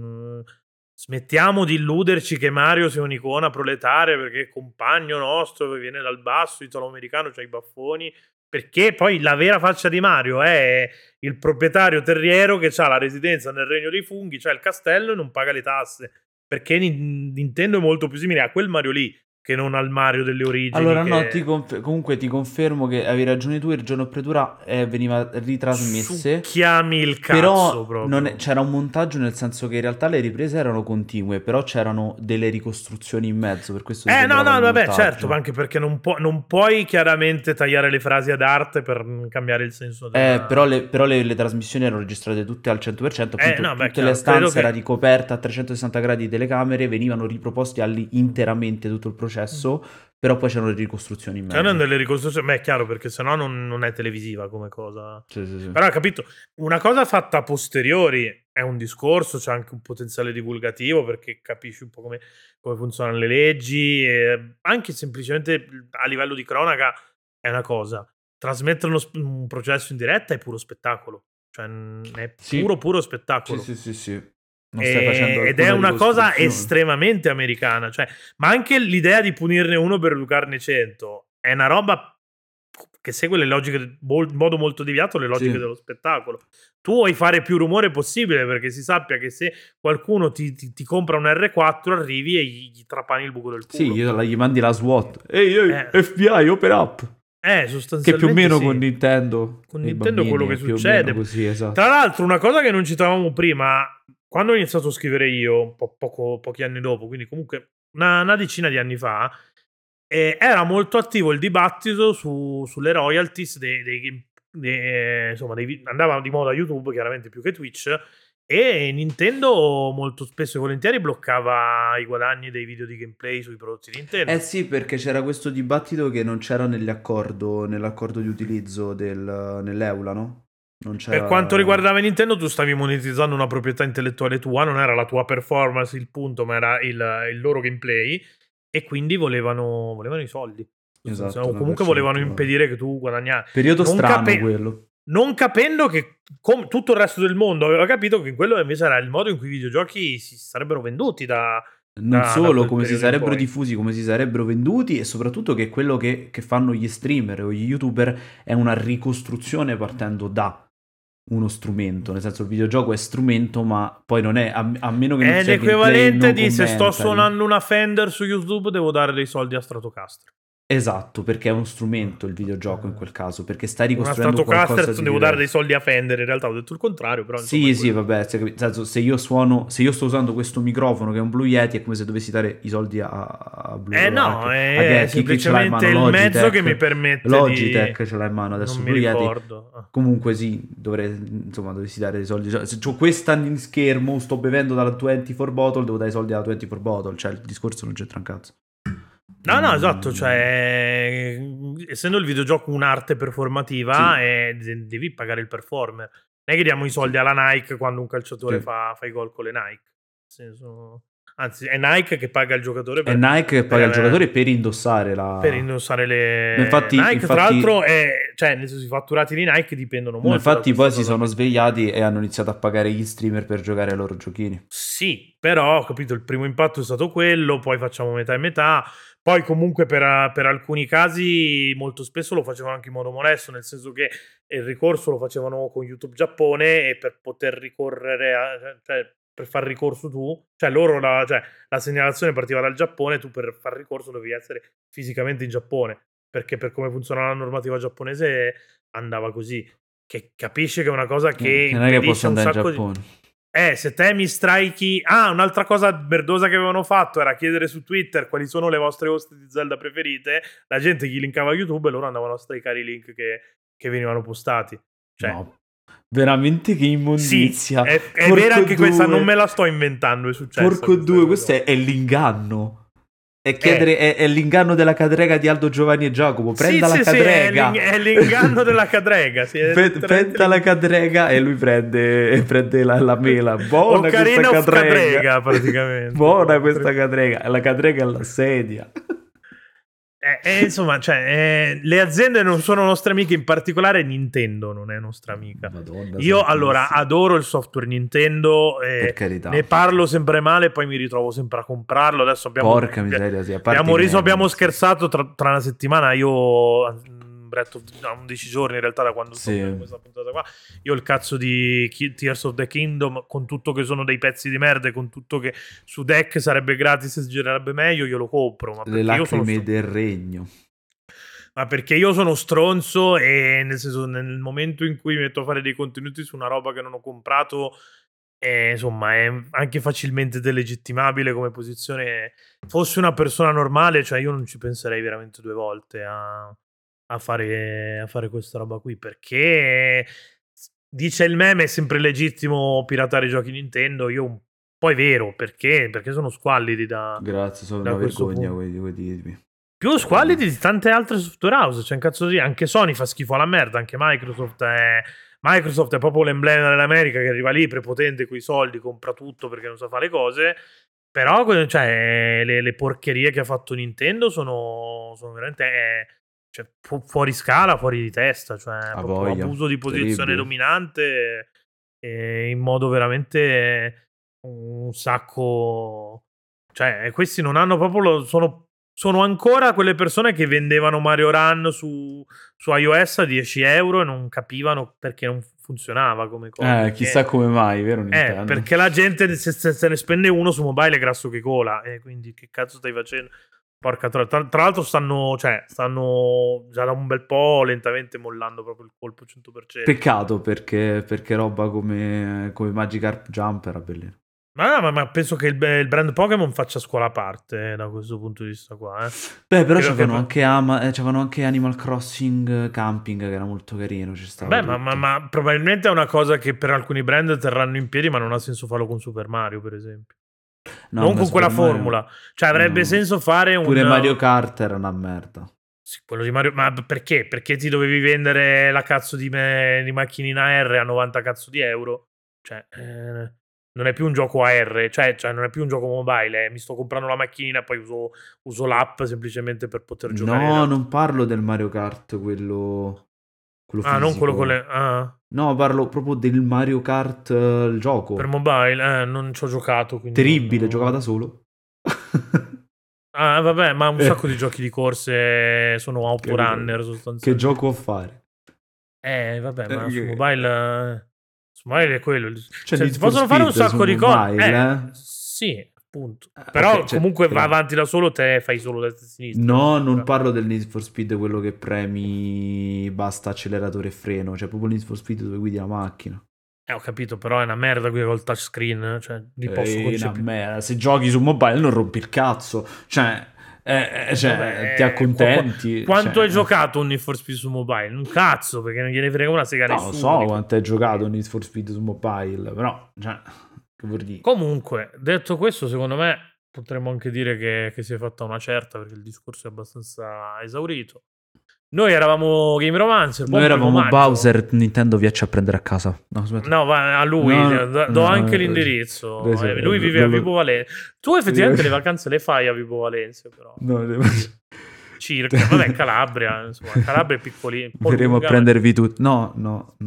smettiamo di illuderci che Mario sia un'icona proletaria perché è compagno nostro che viene dal basso, italo-americano, c'ha i baffoni. Perché poi la vera faccia di Mario è il proprietario terriero che ha la residenza nel regno dei funghi, c'ha il castello e non paga le tasse. Perché Nintendo è molto più simile a quel Mario lì che non al Mario delle origini allora no, che... comunque ti confermo che avevi ragione tu, il giorno pretura veniva ritrasmesse. Succhiami il cazzo Però proprio. c'era un montaggio, nel senso che in realtà le riprese erano continue, però c'erano delle ricostruzioni in mezzo, per questo ti No, sembrava no, il vabbè, certo, ma montaggio. anche perché non puoi chiaramente tagliare le frasi ad arte per cambiare il senso Però della... le trasmissioni erano registrate tutte al 100%, appunto No, beh, tutte le chiaro, credo stanze era che... ricoperta a 360 gradi di telecamere, venivano riproposti interamente tutto il processo, però poi c'erano le ricostruzioni in C'erano mezzo. delle ricostruzioni, beh, è chiaro, perché sennò non è televisiva come cosa. Sì, sì, sì. Però, capito, una cosa fatta a posteriori è un discorso, c'è anche un potenziale divulgativo, perché capisci un po' come funzionano le leggi, e anche semplicemente a livello di cronaca è una cosa. Trasmettere un processo in diretta è puro spettacolo, cioè è Sì, puro sì, spettacolo. sì, sì, sì. Non stai facendo Ed è alcuna una cosa ricostruzione. estremamente americana, cioè, ma anche l'idea di punirne uno per educarne 100 è una roba che segue le logiche, in modo molto deviato, le logiche Sì. dello spettacolo. Tu vuoi fare più rumore possibile perché si sappia che se qualcuno ti compra un R4 arrivi e gli trapani il buco del Sì, culo. gli mandi la SWAT. Ehi, ehi, Eh, FBI, open up. Che più o sostanzialmente meno con sì. Nintendo, Con i Nintendo è bambini quello è che più o meno succede. così, Tra esatto. l'altro, una cosa che non citavamo prima, quando ho iniziato a scrivere io, pochi anni dopo, quindi comunque una decina di anni fa, era molto attivo il dibattito sulle royalties insomma, andava di moda YouTube, chiaramente più che Twitch, e Nintendo molto spesso e volentieri bloccava i guadagni dei video di gameplay sui prodotti Eh Nintendo. sì, perché c'era questo dibattito che non c'era nell'accordo di utilizzo nell'EULA, no? Non Per quanto c'era... riguardava Nintendo, tu stavi monetizzando una proprietà intellettuale tua, non era la tua performance il punto, ma era il loro gameplay. E quindi volevano i soldi. Esatto, O una comunque volevano percentuale. impedire che tu guadagnassi. Periodo Non, strano quello. non capendo che tutto il resto del mondo aveva capito che quello invece era il modo in cui i videogiochi si sarebbero venduti Non da solo quel come si periodo in sarebbero poi. diffusi, come si sarebbero venduti e soprattutto che quello che fanno gli streamer o gli YouTuber è una ricostruzione partendo da uno strumento, nel senso il videogioco è strumento ma poi non è, a meno che non È sia gameplay l'equivalente no di se sto commentary. suonando una Fender su YouTube devo dare dei soldi a Stratocaster. Esatto, perché è uno strumento il videogioco in quel caso, perché stai Una ricostruendo Stratocaster qualcosa di devo dare dei diverso. soldi a Fender, in realtà ho detto il contrario, però insomma è Sì, sì, quello. vabbè, nel senso, se io sto usando questo microfono che è un Blue Yeti, è come se dovessi dare i soldi a No, è chi ce l'ha in semplicemente mano? il mezzo che mi Logitech. permette di... Logitech ce l'ha in mano Non adesso mi Blue Yeti. ricordo. Comunque sì, insomma, dovessi dare dei soldi. Cioè, se ho questa in schermo, sto bevendo dalla 24 bottle, devo dare i soldi alla 24 bottle. Cioè, il discorso non c'entra un cazzo. No, no, esatto, cioè, essendo il videogioco un'arte performativa, Sì, devi pagare il performer. Non è che diamo i soldi Sì. alla Nike quando un calciatore Sì. fa i gol con le Nike. Nel senso, anzi, è Nike che paga il giocatore È Nike che paga il giocatore per indossare per indossare le Infatti, Nike. Tra l'altro, cioè, nel senso, i fatturati di Nike dipendono molto da infatti questa poi si cosa sono qui. svegliati e hanno iniziato a pagare gli streamer per giocare ai loro giochini. Sì, però ho capito, il primo impatto è stato quello, poi facciamo metà e metà. Poi comunque per alcuni casi molto spesso lo facevano anche in modo molesto, nel senso che il ricorso lo facevano con YouTube Giappone e per poter ricorrere cioè per far ricorso tu, cioè loro cioè, la segnalazione partiva dal Giappone, tu per far ricorso dovevi essere fisicamente in Giappone, perché per come funziona la normativa giapponese andava così, che capisci che è una cosa che Che non è che impedisce posso a un andare in sacco di... Giappone. Se te mi strike... Ah, un'altra cosa merdosa che avevano fatto era chiedere su Twitter quali sono le vostre host di Zelda preferite. La gente gli linkava YouTube e loro andavano a strikare i link che venivano postati. Cioè, No, veramente che sì, immondizia. è vera anche questa, non me la sto inventando, è successo. Porco due, questo è l'inganno. È chiedere, è l'inganno della cadrega di Aldo, Giovanni e Giacomo. Prenda la cadrega. Sì, è l'inganno della cadrega. Sì, Prenda la cadrega e lui prende la mela. Buona Ocarina questa of cadrega, praticamente. Buona questa cadrega. La cadrega alla sedia. Insomma, cioè, le aziende non sono nostre amiche, in particolare Nintendo non è nostra amica. Madonna, Io allora santissima. adoro il software Nintendo, Per carità. ne parlo sempre male, poi mi ritrovo sempre a comprarlo. Adesso Porca miseria, sì, a parte abbiamo riso, meme, abbiamo sì. scherzato tra una settimana. Io Breath of 11 giorni in realtà da quando sto facendo questa puntata qua. Io il cazzo di Tears of the Kingdom, con tutto che sono dei pezzi di merda e con tutto che su deck sarebbe gratis e girerebbe meglio, io lo compro. Ma le lacrime del regno. Ma perché io sono stronzo e nel senso, nel momento in cui mi metto a fare dei contenuti su una roba che non ho comprato, insomma, è anche facilmente delegittimabile come posizione. Fossi una persona normale, cioè io non ci penserei veramente due volte a fare questa roba qui, perché dice il meme, è sempre legittimo piratare i giochi Nintendo. Io un po' è vero, perché sono squallidi Grazie, sono da una questo vergogna punto. quei dirmi. Più squallidi di tante altre software house. C'è un cazzo di... Anche Sony fa schifo alla merda. Anche Microsoft è proprio l'emblema dell'America, che arriva lì prepotente coi soldi, compra tutto perché non sa fare le cose. Però, cioè, le porcherie che ha fatto Nintendo sono veramente cioè, fuori scala, fuori di testa. Cioè, proprio Voglia, abuso di posizione terribile. dominante in modo veramente un sacco... Cioè, questi non hanno proprio... Sono ancora quelle persone che vendevano Mario Run su iOS a 10 euro e non capivano perché non funzionava come cosa. Chissà come mai, vero Nintendo? Perché la gente se ne spende uno su mobile è grasso che cola. Quindi che cazzo stai facendo? Porca tra l'altro stanno già da un bel po' lentamente mollando proprio il colpo 100%. Peccato perché roba come Magic Arp Jump era bellino. Ma penso che il brand Pokémon faccia scuola a parte da questo punto di vista qua. Beh, però c'avevano anche Animal Crossing Camping, che era molto carino. Ci stava Beh, tutto. ma probabilmente è una cosa che per alcuni brand terranno in piedi, ma non ha senso farlo con Super Mario, per esempio. No, Non beh, con quella Super Mario, formula. Cioè, avrebbe no. senso fare Pure Mario Kart era una merda. Sì, quello di Mario... Ma perché? Perché ti dovevi vendere la cazzo di macchinina R a 90 cazzo di euro? Cioè, non è più un gioco AR, cioè non è più un gioco mobile. Mi sto comprando la macchinina e poi uso l'app semplicemente per poter giocare. No, non parlo del Mario Kart, quello fisico. Non quello con le... No, parlo proprio del Mario Kart, il gioco. Per mobile? Non ci ho giocato, quindi... Terribile, giocava da solo. Vabbè, ma un sacco di giochi di corse sono autorunner sostanzialmente. Che gioco a fare? Vabbè, ma su mobile... Su mobile è quello. Cioè, si possono fare un sacco di cose. Sì, appunto. Però okay, comunque va avanti da solo, te fai solo destra e sinistra. No, non parlo del Need for Speed, quello che premi basta acceleratore e freno. Cioè proprio il Need for Speed dove guidi la macchina. Ho capito, però è una merda qui col touchscreen. Cioè, li posso concepire. Se giochi su mobile non rompi il cazzo. Cioè, ti accontenti. Quanto hai giocato un Need for Speed su mobile? Un cazzo, perché non gliene frega una sega nessuno. Non so quanto hai giocato un Need for Speed su mobile, però, cioè, che vuol dire? Comunque, detto questo, secondo me potremmo anche dire che si è fatta una certa, perché il discorso è abbastanza esaurito. Noi eravamo Game Romancer. Noi eravamo Bowser, Nintendo viacci a prendere a casa. No, va a lui, do anche l'indirizzo. Lui vive a Vibo Valencia. Tu effettivamente le vacanze le fai a Vibo Valencia, però. No, le faccio. Circa, vabbè, Calabria, insomma, Calabria è piccolino. Verremo a prendervi tutti. No,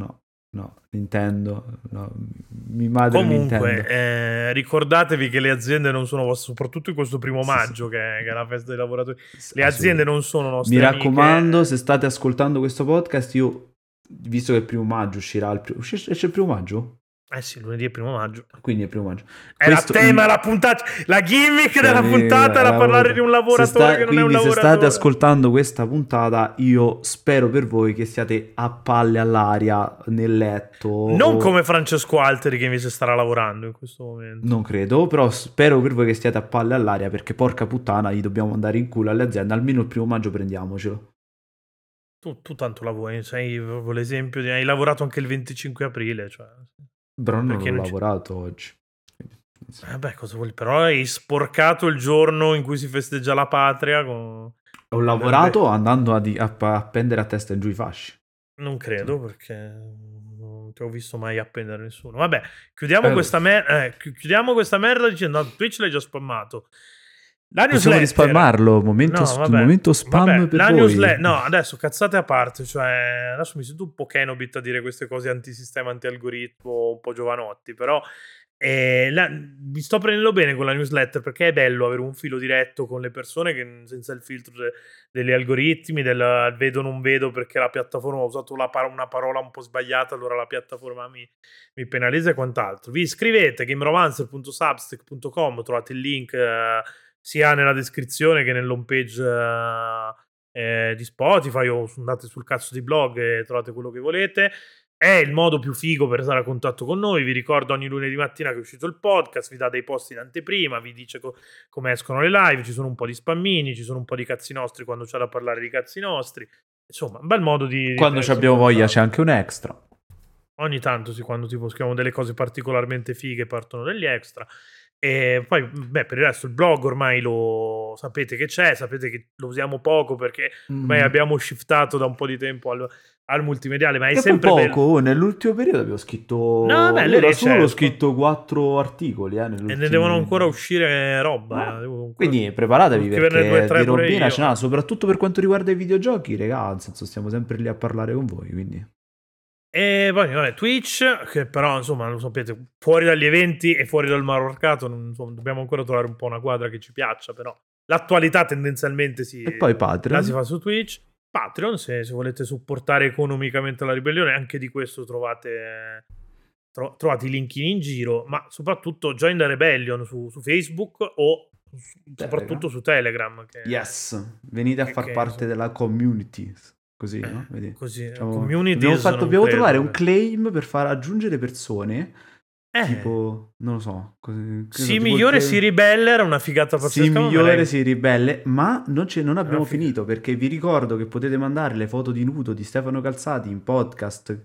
Nintendo, no. Mi madre comunque, Nintendo. Ricordatevi che le aziende non sono vostre, soprattutto in questo primo maggio, che è la festa dei lavoratori. Le aziende non sono nostre Mi amiche. raccomando, se state ascoltando questo podcast, io, visto che il 1 maggio uscirà, esce il 1 maggio? Eh sì, lunedì è 1 maggio. Quindi è 1 maggio. È il tema, la puntata, la gimmick della puntata era parlare di un lavoratore che non è un lavoratore. Quindi se state ascoltando questa puntata, io spero per voi che siate a palle all'aria nel letto. Non come Francesco Alteri che invece starà lavorando in questo momento. Non credo, però spero per voi che stiate a palle all'aria, perché porca puttana, gli dobbiamo andare in culo alle aziende. Almeno il 1 maggio prendiamocelo. Tu tanto lavori, sei proprio l'esempio hai lavorato anche il 25 aprile, cioè... Però non ho lavorato oggi. Beh, cosa vuol... Però hai sporcato il giorno in cui si festeggia la patria. Ho lavorato andando a appendere a testa in giù i fasci. Non credo, perché non ti ho visto mai appendere nessuno. Vabbè, chiudiamo questa merda dicendo Twitch l'hai già spammato. Possiamo rispalmarlo, momento spam per voi. No, adesso cazzate a parte, cioè adesso mi sento un po' Kenobit a dire queste cose antisistema, anti-algoritmo, un po' giovanotti, però mi sto prendendo bene con la newsletter, perché è bello avere un filo diretto con le persone che senza il filtro degli algoritmi, del vedo non vedo perché la piattaforma ha usato una parola un po' sbagliata, allora la piattaforma mi penalizza e quant'altro. Vi iscrivete, gameromancer.substack.com, trovate il link sia nella descrizione che nell'home page di Spotify, o andate sul cazzo di blog e trovate quello che volete. È il modo più figo per stare a contatto con noi. Vi ricordo ogni lunedì mattina che è uscito il podcast, vi dà dei post in anteprima, vi dice come escono le live, ci sono un po' di spammini, ci sono un po' di cazzi nostri quando c'è da parlare di cazzi nostri. Insomma, un bel modo di quando ci abbiamo voglia c'è anche un extra. Ogni tanto sì, quando tipo scriviamo delle cose particolarmente fighe partono degli extra. E poi per il resto il blog ormai lo sapete che c'è, sapete che lo usiamo poco perché ormai abbiamo shiftato da un po' di tempo al multimediale, ma è sempre poco bello. Nell'ultimo periodo avevo scritto ho scritto 4 articoli e ne devono ancora uscire roba quindi preparatevi perché di robina ce n'ha, soprattutto per quanto riguarda i videogiochi, regà, nel senso stiamo sempre lì a parlare con voi, quindi. E poi Twitch, che però insomma lo sapete, fuori dagli eventi e fuori dal mercato dobbiamo ancora trovare un po' una quadra che ci piaccia, però l'attualità tendenzialmente e poi Patreon la si fa su Twitch. Patreon, se volete supportare economicamente la ribellione, anche di questo trovate i linkini in giro, ma soprattutto Join the Rebellion su Facebook o soprattutto su Telegram. Venite a far parte della community. Così, no? Vedi? Così, dobbiamo trovare un claim per far aggiungere persone. Tipo, non lo so. Migliore si ribelle era una figata pazzesca. Migliore si ribelle, ma non abbiamo finito, perché vi ricordo che potete mandare le foto di nudo di Stefano Calzati in podcast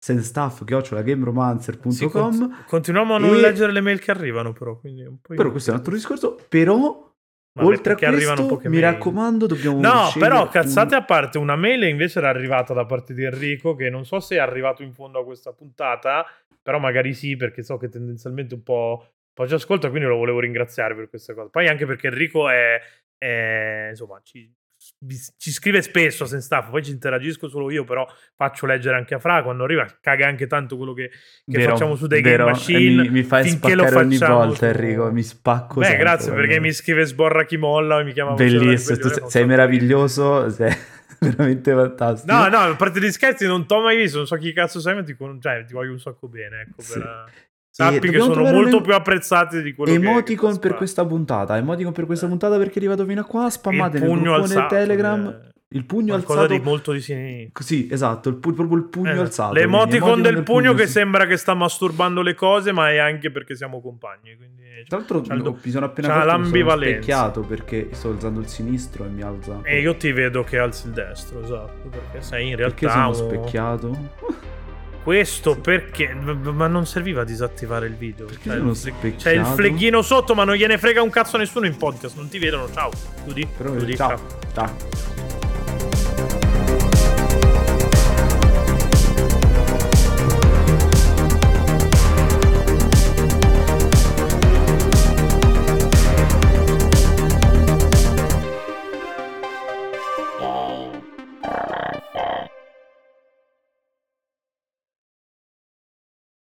sendstaff@gameromancer.com. Continuiamo a non leggere le mail che arrivano, però. Però questo è un altro discorso. Però oltre a questo, mi raccomando, dobbiamo però cazzate a parte, una mail invece era arrivata da parte di Enrico, che non so se è arrivato in fondo a questa puntata, però magari sì, perché so che tendenzialmente un po' ci ascolta, quindi lo volevo ringraziare per questa cosa. Poi anche perché Enrico è insomma ci scrive spesso a Senstaff, poi ci interagisco solo io, però faccio leggere anche a Fra quando arriva, caga anche tanto quello che facciamo su dei Game Machine, mi fai spaccare ogni volta Enrico, mi spacco sempre, grazie perché mi scrive sborra chi molla e mi chiama bellissimo, sei meraviglioso, sei veramente fantastico. No, a parte gli scherzi, non t'ho mai visto, non so chi cazzo sei, ma ti voglio un sacco bene, ecco, sì. Sappi che sono molto più apprezzati di quello emoticon per questa puntata. Emoticon per questa puntata perché è arrivato fino a qua. Spammate nel gruppo nel Telegram. Il pugno alzato. Di molto di sinistra. Sì, esatto. Proprio il pugno alzato. L'emoticon del pugno che sembra che sta masturbando le cose, ma è anche perché siamo compagni. Quindi, tra l'altro, mi sono appena specchiato perché sto alzando il sinistro e mi alza. E io ti vedo che alzi il destro, esatto. Perché sei in realtà. Perché sono specchiato? Questo perché? Ma non serviva a disattivare il video. C'è il fleghino sotto, ma non gliene frega un cazzo a nessuno in podcast. Non ti vedono. Ciao. Chiudi. Ciao. game.